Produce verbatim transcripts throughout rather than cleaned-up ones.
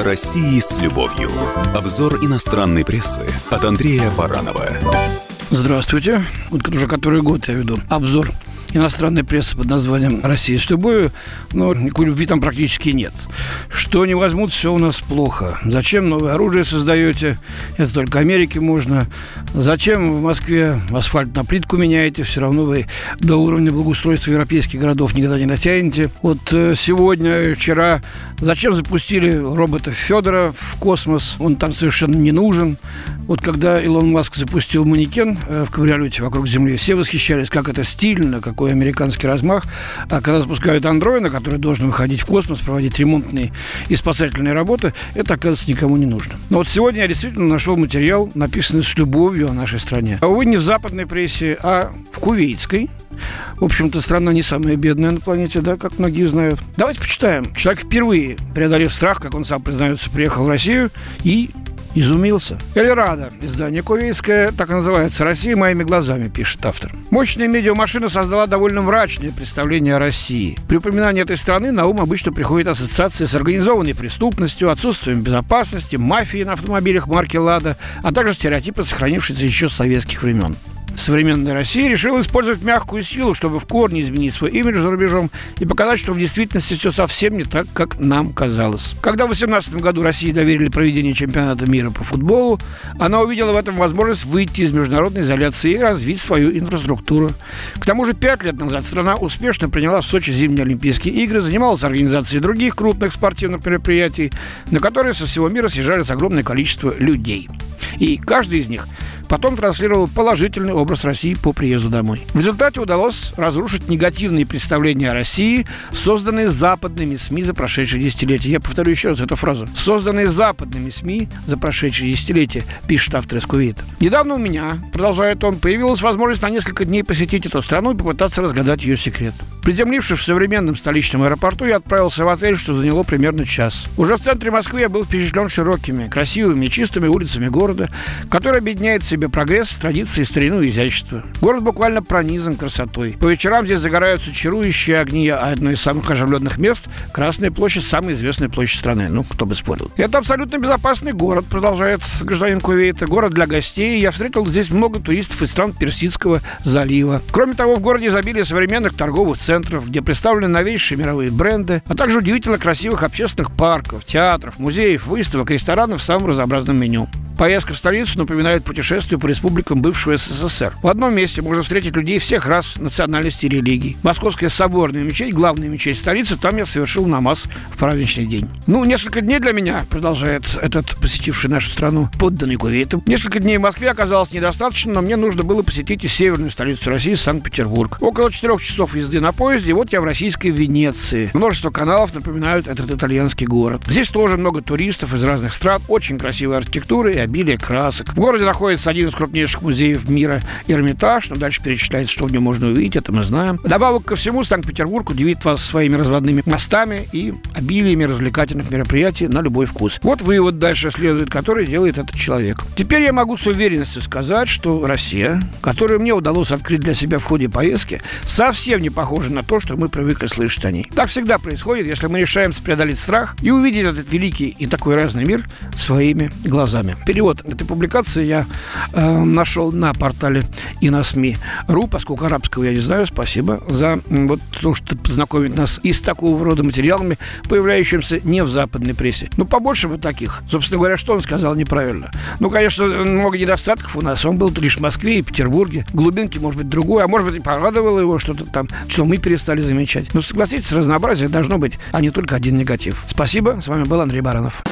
О России с любовью. Обзор иностранной прессы от Андрея Баранова. Здравствуйте. Вот уже который год я веду обзор иностранной прессы под названием «Россия с любовью», но никакой любви там практически нет. Что не возьмут, все у нас плохо. Зачем новое оружие создаете? Это только Америке можно. Зачем в Москве асфальт на плитку меняете? Все равно вы до уровня благоустройства европейских городов никогда не дотянете. Вот сегодня, вчера, зачем запустили робота Федора в космос? Он там совершенно не нужен. Вот когда Илон Маск запустил манекен в кабриолете вокруг Земли, все восхищались, как это стильно, какой американский размах. А когда запускают андроида, который должен выходить в космос, проводить ремонтные и спасательные работы, это, оказывается, никому не нужно. Но вот сегодня я действительно нашел материал, написанный с любовью о нашей стране. А увы, не в западной прессе, а в кувейтской. В общем-то, страна не самая бедная на планете, да, как многие знают. Давайте почитаем. Человек, впервые преодолев страх, как он сам признается, приехал в Россию и изумился. Эль-Рада, издание кувейтское, так и называется «Россия моими глазами», пишет автор. Мощная медиамашина создала довольно мрачное представление о России. При упоминании этой страны на ум обычно приходит ассоциация с организованной преступностью, отсутствием безопасности, мафией на автомобилях марки «Лада», а также стереотипы, сохранившиеся еще с советских времен. Современная Россия решила использовать мягкую силу, чтобы в корне изменить свой имидж за рубежом и показать, что в действительности все совсем не так, как нам казалось. Когда в две тысячи восемнадцатом году России доверили проведение чемпионата мира по футболу, она увидела в этом возможность выйти из международной изоляции и развить свою инфраструктуру. К тому же пять лет назад страна успешно приняла в Сочи зимние Олимпийские игры, занималась организацией других крупных спортивных мероприятий, на которые со всего мира съезжались огромное количество людей. И каждый из них потом транслировал положительный образ России по приезду домой. В результате удалось разрушить негативные представления о России, созданные западными СМИ за прошедшие десятилетия. Я повторю еще раз эту фразу. Созданные западными СМИ за прошедшие десятилетия, пишет автор из Кувейта. Недавно у меня, продолжает он, появилась возможность на несколько дней посетить эту страну и попытаться разгадать ее секрет. Приземлившись в современном столичном аэропорту, я отправился в отель, что заняло примерно час. Уже в центре Москвы я был впечатлен широкими, красивыми и чистыми улицами города, который объединяет в себе прогресс, традиции, старину и изящество. Город буквально пронизан красотой. По вечерам здесь загораются чарующие огни, а одно из самых оживленных мест – Красная площадь, самая известная площадь страны. Ну, кто бы спорил. Это абсолютно безопасный город, продолжает гражданин Кувейта. Город для гостей. Я встретил здесь много туристов из стран Персидского залива. Кроме того, в городе изобилие современных торговых центров, где представлены новейшие мировые бренды, а также удивительно красивых общественных парков, театров, музеев, выставок, ресторанов с самым разнообразным меню. Поездка в столицу напоминает путешествие по республикам бывшего СССР. В одном месте можно встретить людей всех рас, национальностей и религий. Московская соборная мечеть, главная мечеть столицы, там я совершил намаз в праздничный день. Ну, несколько дней для меня, продолжает этот посетивший нашу страну подданный Кувейтом. Несколько дней в Москве оказалось недостаточно, но мне нужно было посетить и северную столицу России, Санкт-Петербург. Около четырех часов езды на поезде, вот я в российской Венеции. Множество каналов напоминают этот итальянский город. Здесь тоже много туристов из разных стран, очень красивая архитектура и обилие красок. В городе находится один из крупнейших музеев мира Эрмитаж, но дальше перечисляется, что в нем можно увидеть, это мы знаем. Добавок ко всему, Санкт-Петербург удивит вас своими разводными мостами и обилиями развлекательных мероприятий на любой вкус. Вот вывод дальше следует, который делает этот человек. Теперь я могу с уверенностью сказать, что Россия, которую мне удалось открыть для себя в ходе поездки, совсем не похожа на то, что мы привыкли слышать о ней. Так всегда происходит, если мы решаемся преодолеть страх и увидеть этот великий и такой разный мир своими глазами. Перевод этой публикации я э, нашел на портале и на СМИ точка ру, поскольку арабского я не знаю. Спасибо за м, вот то, что познакомит нас и с такого рода материалами, появляющимися не в западной прессе. Ну, побольше бы таких. Собственно говоря, что он сказал неправильно? Ну, конечно, много недостатков у нас. Он был лишь в Москве и Петербурге. Глубинки, может быть, другой, а может быть, и порадовало его что-то там, что мы перестали замечать. Но согласитесь, разнообразие должно быть, а не только один негатив. Спасибо. С вами был Андрей Баранов.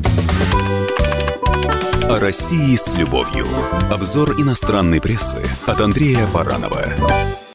О России с любовью. Обзор иностранной прессы от Андрея Баранова.